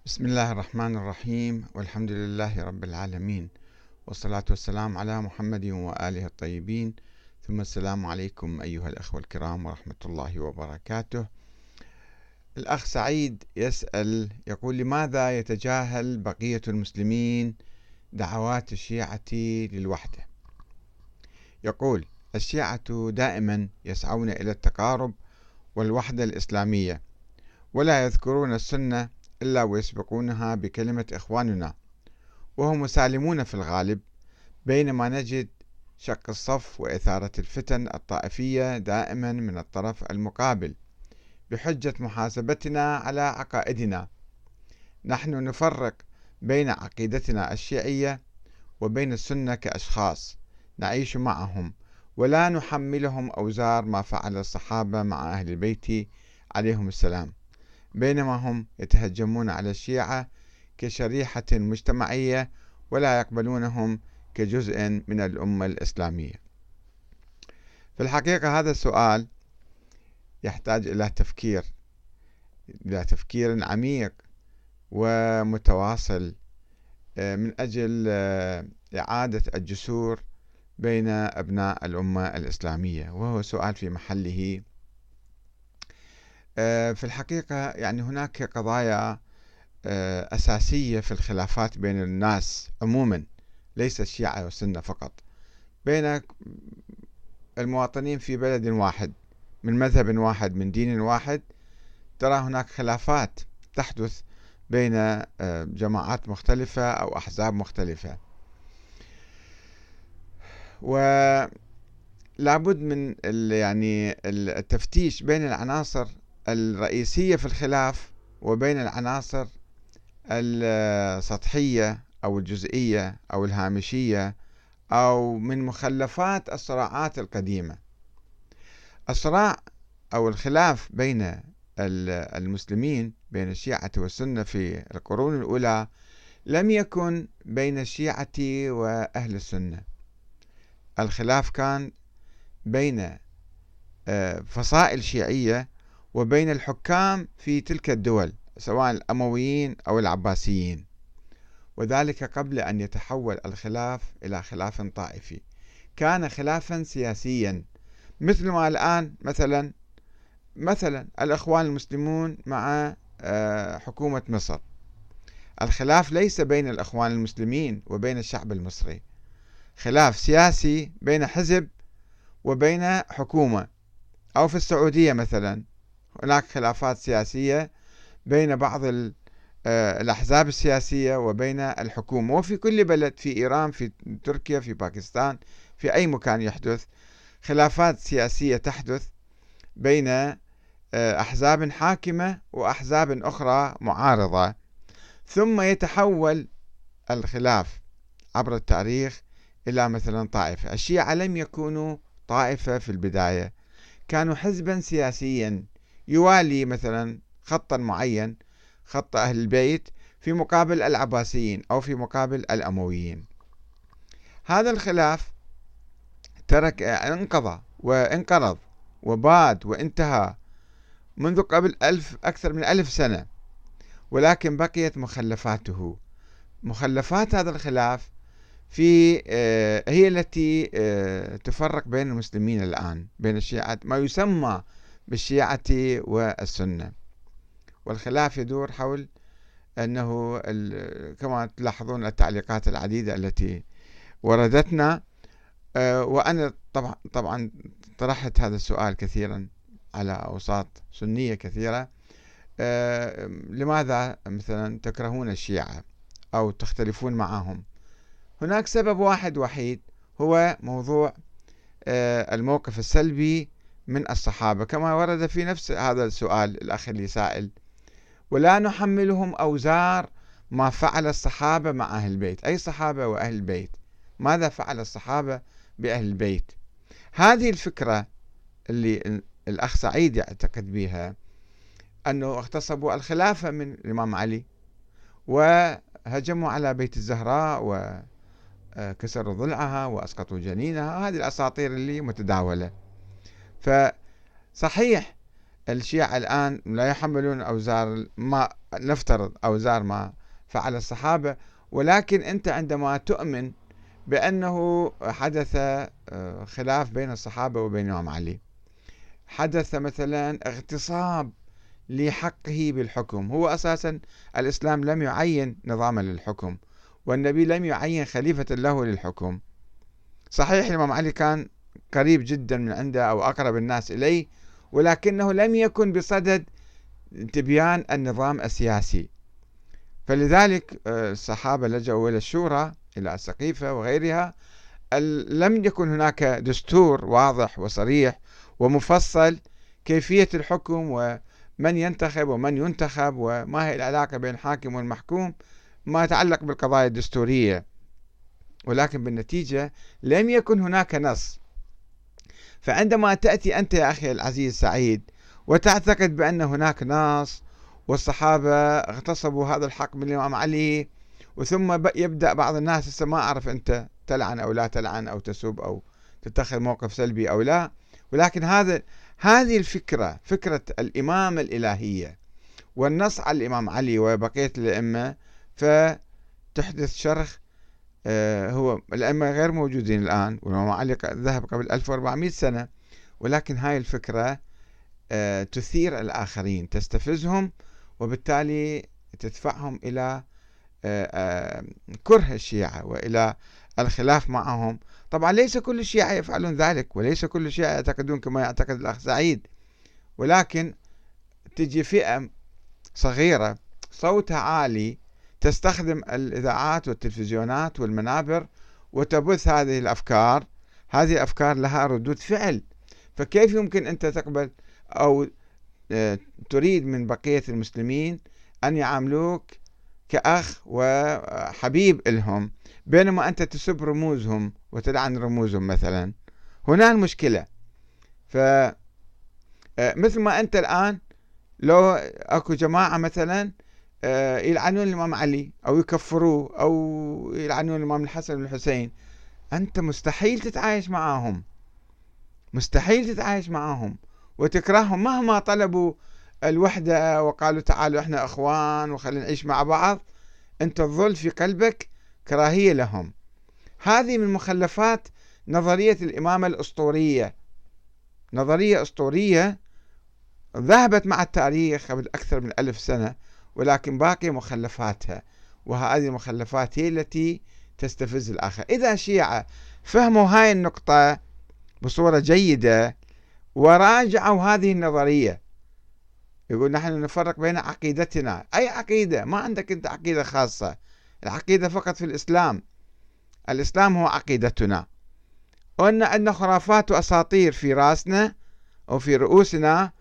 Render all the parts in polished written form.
بسم الله الرحمن الرحيم، والحمد لله رب العالمين، والصلاة والسلام على محمد وآله الطيبين، ثم السلام عليكم أيها الأخوة الكرام ورحمة الله وبركاته. الأخ سعيد يسأل يقول: لماذا يتجاهل بقية المسلمين دعوات الشيعة للوحدة؟ يقول: الشيعة دائما يسعون إلى التقارب والوحدة الإسلامية، ولا يذكرون السنة إلا ويسبقونها بكلمة إخواننا، وهم مسالمون في الغالب، بينما نجد شق الصف وإثارة الفتن الطائفية دائما من الطرف المقابل بحجة محاسبتنا على عقائدنا. نحن نفرق بين عقيدتنا الشيعية وبين السنة كأشخاص نعيش معهم، ولا نحملهم أوزار ما فعل الصحابة مع أهل البيت عليهم السلام، بينما هم يتهجمون على الشيعة كشريحة مجتمعية ولا يقبلونهم كجزء من الأمة الإسلامية. في الحقيقة هذا السؤال يحتاج إلى تفكير عميق ومتواصل من أجل إعادة الجسور بين أبناء الأمة الإسلامية، وهو سؤال في محله. في الحقيقة يعني هناك قضايا أساسية في الخلافات بين الناس عموما، ليس الشيعة والسنة فقط، بين المواطنين في بلد واحد من مذهب واحد من دين واحد. ترى هناك خلافات تحدث بين جماعات مختلفة أو أحزاب مختلفة، ولابد من يعني التفتيش بين العناصر الرئيسية في الخلاف وبين العناصر السطحية أو الجزئية أو الهامشية أو من مخلفات الصراعات القديمة. الصراع أو الخلاف بين المسلمين بين الشيعة والسنة في القرون الأولى لم يكن بين الشيعة وأهل السنة. الخلاف كان بين فصائل شيعية وبين الحكام في تلك الدول، سواء الأمويين أو العباسيين، وذلك قبل أن يتحول الخلاف إلى خلاف طائفي. كان خلافا سياسيا، مثل ما الآن مثلا الإخوان المسلمون مع حكومة مصر. الخلاف ليس بين الإخوان المسلمين وبين الشعب المصري، خلاف سياسي بين حزب وبين حكومة. أو في السعودية مثلا هناك خلافات سياسية بين بعض الأحزاب السياسية وبين الحكومة، وفي كل بلد، في إيران، في تركيا، في باكستان، في أي مكان يحدث خلافات سياسية تحدث بين أحزاب حاكمة وأحزاب أخرى معارضة، ثم يتحول الخلاف عبر التاريخ إلى مثلا طائفة. الشيعة لم يكونوا طائفة في البداية، كانوا حزبا سياسيا يوالي مثلا خطا معين، خط أهل البيت، في مقابل العباسيين أو في مقابل الأمويين. هذا الخلاف انقضى وانقرض وباد وانتهى منذ قبل أكثر من 1000 سنة، ولكن بقيت مخلفاته. مخلفات هذا الخلاف هي التي تفرق بين المسلمين الآن، بين الشيعة، ما يسمى بالشيعة والسنة. والخلاف يدور حول أنه كما تلاحظون التعليقات العديدة التي وردتنا، وأنا طبعا طرحت هذا السؤال كثيرا على أوساط سنية كثيرة: لماذا مثلا تكرهون الشيعة أو تختلفون معهم؟ هناك سبب واحد وحيد، هو موضوع الموقف السلبي من الصحابة، كما ورد في نفس هذا السؤال الأخ اللي سائل: ولا نحملهم أوزار ما فعل الصحابة مع أهل البيت. أي صحابة وأهل البيت؟ ماذا فعل الصحابة بأهل البيت؟ هذه الفكرة اللي الأخ سعيد يعتقد بها، أنه اغتصبوا الخلافة من الإمام علي وهجموا على بيت الزهراء وكسروا ضلعها وأسقطوا جنينها. هذه الأساطير اللي متداولة. فصحيح الشيعة الآن لا يحملون أوزار ما نفترض أوزار ما فعل الصحابة، ولكن أنت عندما تؤمن بأنه حدث خلاف بين الصحابة وبين الإمام علي، حدث مثلا اغتصاب لحقه بالحكم، هو أساسا الإسلام لم يعين نظاما للحكم، والنبي لم يعين خليفة له للحكم. صحيح الإمام علي كان قريب جدا من عنده أو أقرب الناس إليه، ولكنه لم يكن بصدد تبيان النظام السياسي، فلذلك الصحابة لجأوا إلى الشورى، إلى السقيفة وغيرها. لم يكن هناك دستور واضح وصريح ومفصل كيفية الحكم ومن ينتخب ومن ينتخب وما هي العلاقة بين الحاكم والمحكوم، ما يتعلق بالقضايا الدستورية، ولكن بالنتيجة لم يكن هناك نص. فعندما تأتي أنت يا أخي العزيز سعيد وتعتقد بأن هناك نص والصحابة اغتصبوا هذا الحق من الإمام علي، وثم يبدأ بعض الناس، هسه ما أعرف أنت تلعن أو لا تلعن أو تسب أو تتخذ موقف سلبي أو لا، ولكن هذه الفكرة، فكرة الإمامة الإلهية والنص على الإمام علي وبقية الأئمة، فتحدث شرخ. هو الأئمة غير موجودين الآن، والإمام علي ذهب قبل 1400 سنة، ولكن هاي الفكرة تثير الآخرين، تستفزهم، وبالتالي تدفعهم إلى كره الشيعة وإلى الخلاف معهم. طبعا ليس كل الشيعة يفعلون ذلك، وليس كل الشيعة يعتقدون كما يعتقد الأخ سعيد، ولكن تجي فئة صغيرة صوتها عالي تستخدم الإذاعات والتلفزيونات والمنابر وتبث هذه الأفكار. هذه الأفكار لها ردود فعل، فكيف يمكن أنت تقبل أو تريد من بقية المسلمين أن يعاملوك كأخ وحبيب لهم، بينما أنت تسب رموزهم وتلعن رموزهم مثلا؟ هنا المشكلة. فمثل ما أنت الآن لو أكو جماعة مثلا يلعنون الإمام علي أو يكفروه أو يلعنون الإمام الحسن والحسين، أنت مستحيل تتعايش معهم، مستحيل تتعايش معهم وتكرههم مهما طلبوا الوحدة وقالوا تعالوا احنا اخوان وخلينا نعيش مع بعض، انت تظل في قلبك كراهية لهم. هذه من مخلفات نظرية الإمامة الأسطورية، نظرية أسطورية ذهبت مع التاريخ قبل أكثر من 1000 سنة، ولكن باقي مخلفاتها، وهذه المخلفات هي التي تستفز الآخر. إذا الشيعة فهموا هاي النقطة بصورة جيدة وراجعوا هذه النظرية، يقول نحن نفرق بين عقيدتنا، أي عقيدة؟ ما عندك أنت عقيدة خاصة، العقيدة فقط في الإسلام، الإسلام هو عقيدتنا. وأن عندنا خرافات وأساطير في رأسنا أو في رؤوسنا،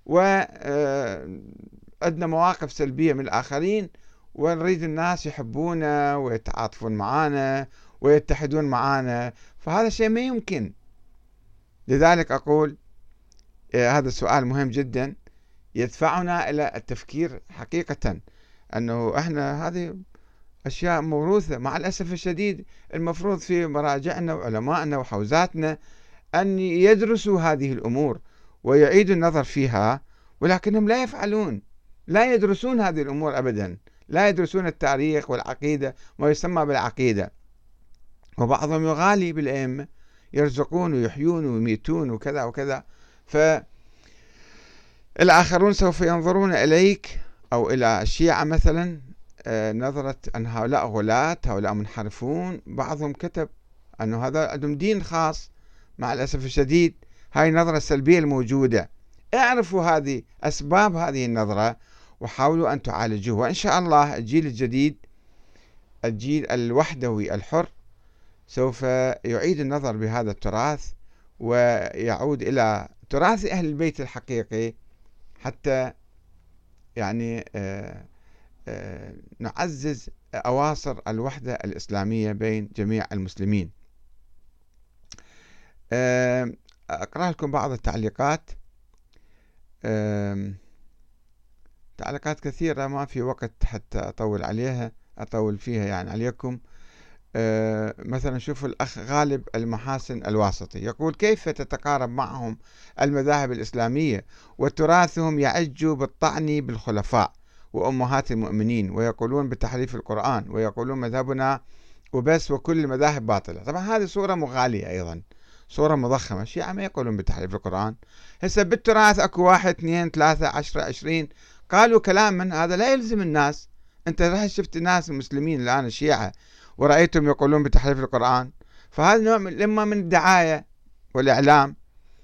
وعندنا مواقف سلبية من الآخرين، ونريد الناس يحبونا ويتعاطفون معنا ويتحدون معنا، فهذا شيء ما يمكن. لذلك أقول هذا السؤال مهم جدا يدفعنا إلى التفكير حقيقة، أنه إحنا هذه أشياء موروثة. مع الأسف الشديد المفروض في مراجعنا وعلمائنا وحوزاتنا أن يدرسوا هذه الأمور ويعيدوا النظر فيها، ولكنهم لا يفعلون، لا يدرسون هذه الأمور أبدا، لا يدرسون التاريخ والعقيدة، ما يسمى بالعقيدة. وبعضهم يغالي بالأئمة، يرزقون ويحيون ويميتون وكذا وكذا. فالآخرون سوف ينظرون إليك أو إلى الشيعة مثلا نظرة أن هؤلاء غلاة، هؤلاء منحرفون. بعضهم كتب أنه هذا عندهم دين خاص. مع الأسف الشديد هاي النظرة السلبية الموجودة، اعرفوا هذه أسباب هذه النظرة وحاولوا أن تعالجوها، وإن شاء الله الجيل الجديد، الجيل الوحدوي الحر، سوف يعيد النظر بهذا التراث ويعود إلى تراث أهل البيت الحقيقي، حتى يعني نعزز أواصر الوحدة الإسلامية بين جميع المسلمين. أقرأ لكم بعض التعليقات، تعليقات كثيرة ما في وقت حتى أطول فيها يعني عليكم. مثلا شوفوا الأخ غالب المحاسن الواسطي يقول: كيف تتقارب معهم المذاهب الإسلامية وتراثهم يعج بالطعن بالخلفاء وأمهات المؤمنين، ويقولون بتحريف القرآن، ويقولون مذهبنا وبس وكل المذاهب باطلة. طبعا هذه صورة مغالية أيضا، صورة مضخمة. الشيعة ما يقولون بتحريف القرآن. هسه بالتراث اكو 1 2 3 10 20 قالوا كلام من هذا لا يلزم الناس. انت رحت شفت الناس المسلمين الآن الشيعة ورأيتهم يقولون بتحريف القرآن، فهذا نوع إما من الدعاية والإعلام.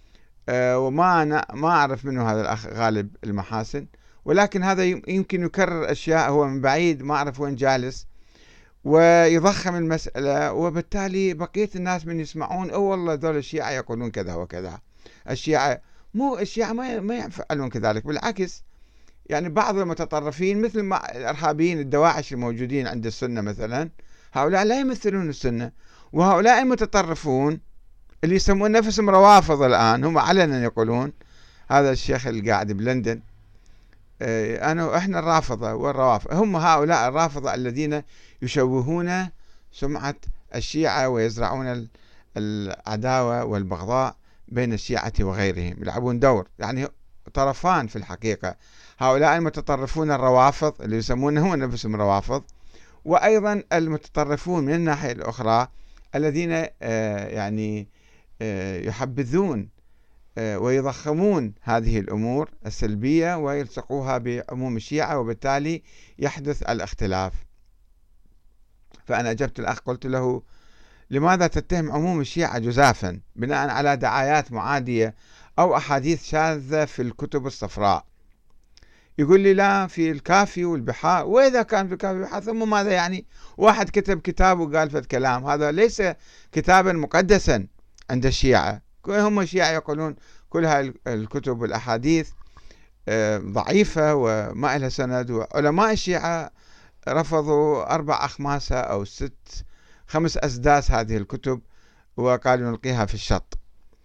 وما أنا ما أعرف منه هذا الأخ غالب المحاسن، ولكن هذا يمكن يكرر أشياء هو من بعيد ما أعرف وين جالس، ويضخم المسألة، وبالتالي بقية الناس من يسمعون والله ذول الشيعة يقولون كذا وكذا. الشيعة ما يفعلون كذلك، بالعكس. يعني بعض المتطرفين مثل ما الإرهابيين الدواعش الموجودين عند السنة مثلا، هؤلاء لا يمثلون السنة. وهؤلاء المتطرفون اللي يسمون نفسهم روافض الآن هم علنا يقولون، هذا الشيخ اللي قاعد بلندن، احنا الرافضة والروافض، هم هؤلاء الرافضة الذين يشوهون سمعة الشيعة ويزرعون العداوة والبغضاء بين الشيعة وغيرهم، يلعبون دور، يعني طرفان في الحقيقة. هؤلاء المتطرفون الروافض اللي يسمونهم نفسهم روافض، وأيضا المتطرفون من الناحية الأخرى الذين يعني يحبذون ويضخمون هذه الأمور السلبية ويلصقوها بعموم الشيعة، وبالتالي يحدث الاختلاف. فأنا أجبت الأخ قلت له: لماذا تتهم عموم الشيعة جزافا بناء على دعايات معادية أو أحاديث شاذة في الكتب الصفراء؟ يقول لي: لا، في الكافي والبحار. وإذا كان في الكافي والبحار ثم ماذا يعني؟ واحد كتب كتاب وقال فد كلام، هذا ليس كتابا مقدسا عند الشيعة. هم الشيعة يقولون كل هاي الكتب والأحاديث ضعيفة وما لها سند، وعلماء الشيعة رفضوا 4 أخماسها أو 5 أسداس هذه الكتب، وقالوا نلقيها في الشط.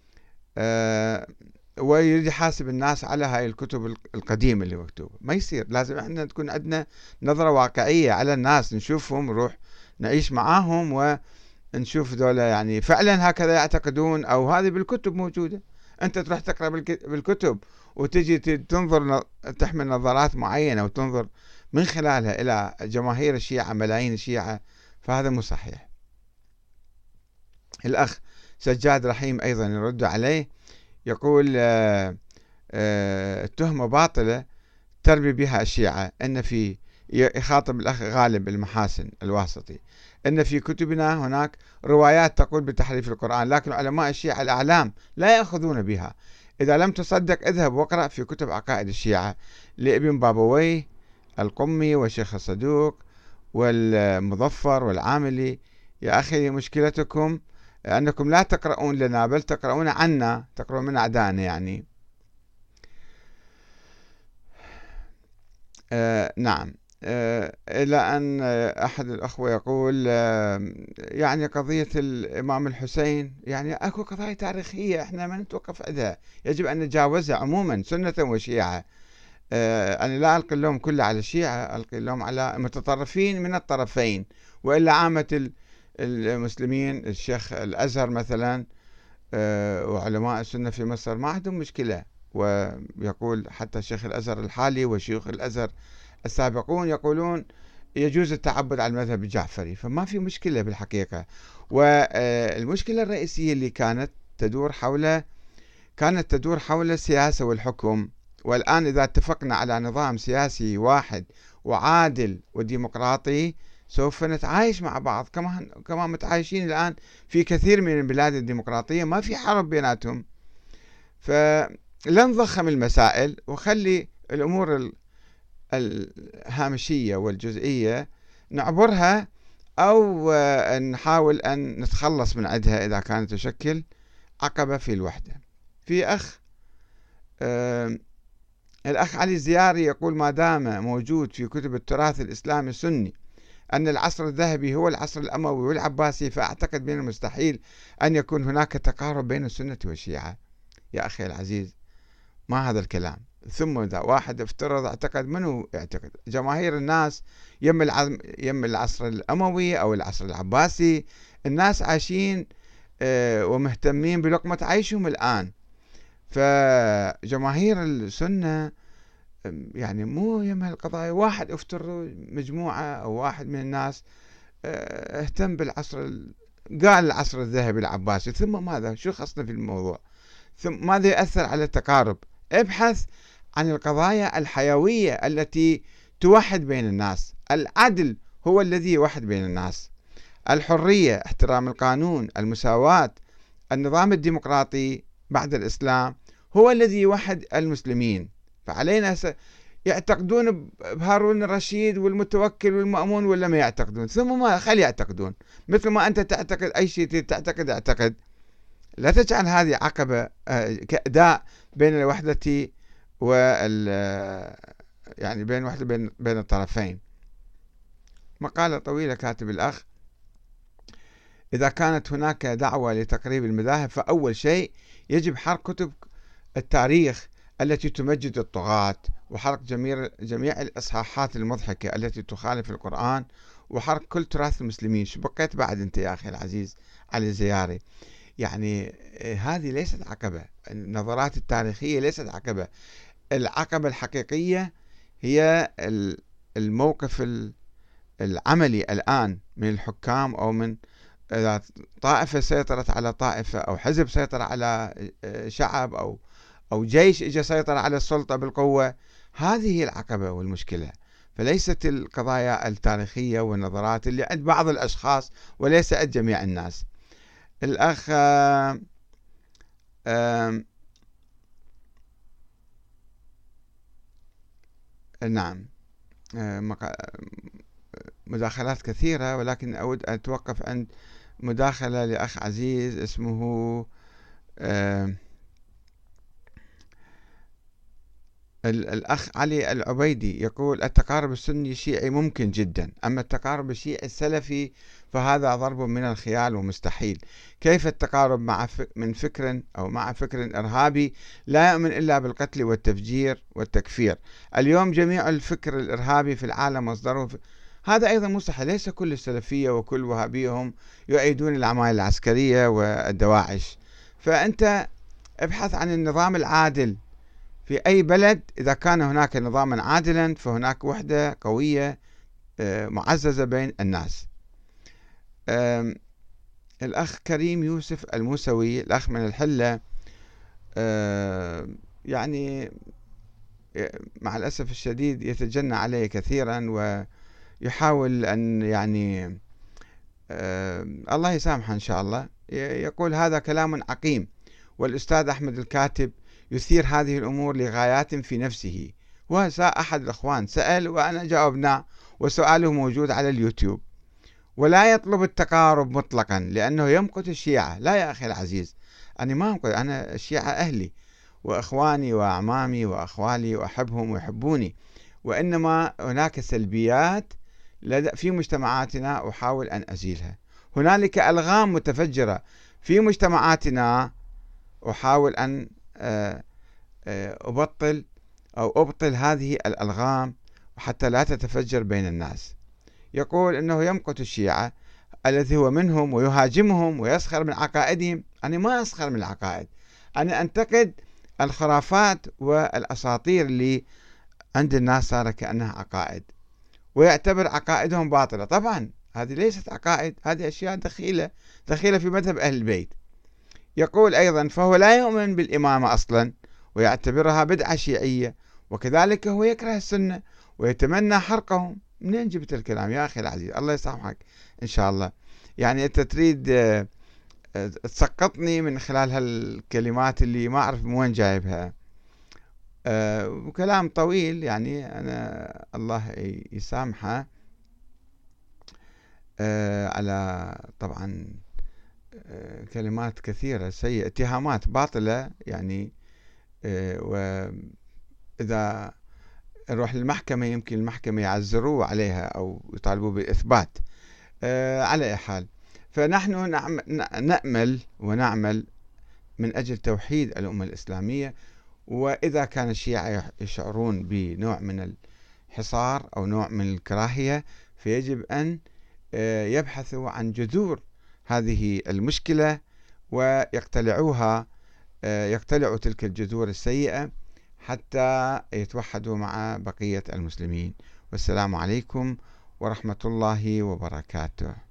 ويريد يحاسب الناس على هاي الكتب القديمة اللي مكتوبة. ما يصير، لازم احنا تكون عندنا نظرة واقعية على الناس، نشوفهم، نروح نعيش معاهم ونشوف دولة يعني فعلا هكذا يعتقدون أو هذه بالكتب موجودة. أنت تروح تقرأ بالكتب وتجي تنظر، تحمل نظرات معينة وتنظر من خلالها إلى جماهير الشيعة، ملايين الشيعة، فهذا مو صحيح. الأخ سجاد رحيم أيضا يرد عليه، يقول: التهمة باطلة ترمي بها الشيعة أن في، يخاطب الأخ غالب المحاسن الواسطي، أن في كتبنا هناك روايات تقول بتحريف القرآن، لكن علماء الشيعة الأعلام لا يأخذون بها. إذا لم تصدق اذهب واقرأ في كتب عقائد الشيعة لابن بابويه القمي والشيخ الصدوق والمظفر والعاملي. يا أخي مشكلتكم أنكم لا تقرؤون لنا بل تقرؤون عنا، تقرؤون من أعدائنا يعني. نعم. إلى أن أحد الأخوة يقول يعني قضية الإمام الحسين، يعني أكو قضايا تاريخية إحنا ما نتوقف عندها، يجب أن نتجاوزها عموما سنة وشيعة. أنا لا ألقي اللوم كله على الشيعة، ألقي اللوم على المتطرفين من الطرفين، وإلا عامة المسلمين، الشيخ الأزهر مثلا وعلماء السنة في مصر ما عندهم مشكلة. ويقول حتى الشيخ الأزهر الحالي وشيوخ الأزهر السابقون يقولون يجوز التعبد على المذهب الجعفري، فما في مشكلة بالحقيقة. والمشكلة الرئيسية اللي كانت تدور حول السياسة والحكم. والآن إذا اتفقنا على نظام سياسي واحد وعادل وديمقراطي سوف نتعايش مع بعض كما متعايشين الآن في كثير من البلاد الديمقراطية، ما في حرب بيناتهم. فلا نضخم المسائل وخلي الأمور الهامشية والجزئية نعبرها، أو نحاول أن نتخلص من عندها إذا كانت تشكل عقبة في الوحدة. في الأخ علي الزياري يقول: ما دام موجود في كتب التراث الإسلامي السني أن العصر الذهبي هو العصر الأموي والعباسي، فأعتقد من المستحيل أن يكون هناك تقارب بين السنة والشيعة. يا أخي العزيز، ما هذا الكلام. ثم إذا واحد افترض اعتقد، منه يعتقد؟ جماهير الناس يم العصر الأموي أو العصر العباسي، الناس عايشين ومهتمين بلقمة عيشهم الآن. فجماهير السنة يعني مو يهم القضايا، واحد افتر مجموعة أو واحد من الناس اهتم بالعصر قال العصر الذهبي العباسي، ثم ماذا؟ شو خصنا في الموضوع؟ ثم ماذا يؤثر على التقارب؟ ابحث عن القضايا الحيوية التي توحد بين الناس. العدل هو الذي يوحد بين الناس، الحرية، احترام القانون، المساواة، النظام الديمقراطي بعد الإسلام هو الذي يوحد المسلمين. فعلينا يعتقدون بهارون الرشيد والمتوكل والمأمون ولا ما يعتقدون؟ ثم ما خلي يعتقدون، مثل ما أنت تعتقد أي شيء تعتقد اعتقد. لا تجعل هذه عقبة كأداء بين الوحدة وال يعني بين وحدة بين الطرفين. مقالة طويلة كاتب الأخ: إذا كانت هناك دعوة لتقريب المذاهب، فأول شيء يجب حرق كتب التاريخ التي تمجد الطغاة، وحرق جميع الإصحاحات المضحكة التي تخالف القرآن، وحرق كل تراث المسلمين. شو بقيت بعد أنت يا أخي العزيز علي الزياري؟ يعني هذه ليست عقبة، النظرات التاريخية ليست عقبة. العقبة الحقيقية هي الموقف العملي الآن من الحكام، أو من إذا طائفة سيطرت على طائفة، أو حزب سيطر على شعب، أو جيش اجى سيطر على السلطة بالقوة. هذه هي العقبة والمشكلة، فليست القضايا التاريخية والنظرات اللي عند بعض الأشخاص وليس عند جميع الناس. الأخ نعم، مداخلات كثيرة، ولكن أود أن أتوقف عند مداخلة لأخ عزيز اسمه الأخ علي العبيدي، يقول: التقارب السني الشيعي ممكن جدا، أما التقارب الشيعي السلفي فهذا ضرب من الخيال ومستحيل. كيف التقارب من فكر أو مع فكر إرهابي لا يؤمن إلا بالقتل والتفجير والتكفير؟ اليوم جميع الفكر الإرهابي في العالم مصدره هذا أيضا مستحيل. ليس كل السلفية وكل وهابيهم يؤيدون العمال العسكرية والدواعش. فأنت ابحث عن النظام العادل في أي بلد. إذا كان هناك نظاما عادلا فهناك وحدة قوية معززة بين الناس. الأخ كريم يوسف الموسوي، الأخ من الحلة، يعني مع الأسف الشديد يتجنى علي كثيرا ويحاول أن يعني الله يسامحه إن شاء الله. يقول: هذا كلام عقيم، والأستاذ أحمد الكاتب يثير هذه الأمور لغايات في نفسه. أحد الأخوان سأل وأنا جاوبنا، وسؤاله موجود على اليوتيوب. ولا يطلب التقارب مطلقا لأنه يمقت الشيعة. لا يا أخي العزيز، أنا ما أمقت، أنا الشيعة أهلي وإخواني وأعمامي وأخوالي وأحبهم ويحبوني، وإنما هناك سلبيات في مجتمعاتنا أحاول أن أزيلها. هنالك ألغام متفجرة في مجتمعاتنا أحاول أن أبطل هذه الألغام حتى لا تتفجر بين الناس. يقول إنه يمقت الشيعة الذي هو منهم ويهاجمهم ويسخر من عقائدهم. أنا ما أسخر من العقائد، أنا أنتقد الخرافات والأساطير اللي عند الناس صار كأنها عقائد، ويعتبر عقائدهم باطلة. طبعا هذه ليست عقائد، هذه أشياء دخيلة في مذهب أهل البيت. يقول أيضا: فهو لا يؤمن بالإمامة أصلا ويعتبرها بدعة شيعية، وكذلك هو يكره السنة ويتمنى حرقهم. منين جبت الكلام يا أخي العزيز؟ الله يسامحك إن شاء الله. يعني أنت تريد تسقطني من خلال هالكلمات اللي ما أعرف من وين جايبها. وكلام طويل، يعني أنا الله يسامحه على طبعا كلمات كثيرة سيئة، اتهامات باطلة يعني. وإذا نروح للمحكمة يمكن المحكمة يعزروه عليها أو يطالبوا بالإثبات. على أي حال، فنحن نأمل ونعمل من أجل توحيد الأمة الإسلامية. وإذا كان الشيعة يشعرون بنوع من الحصار أو نوع من الكراهية، فيجب أن يبحثوا عن جذور هذه المشكلة ويقتلعوا تلك الجذور السيئة حتى يتوحدوا مع بقية المسلمين. والسلام عليكم ورحمة الله وبركاته.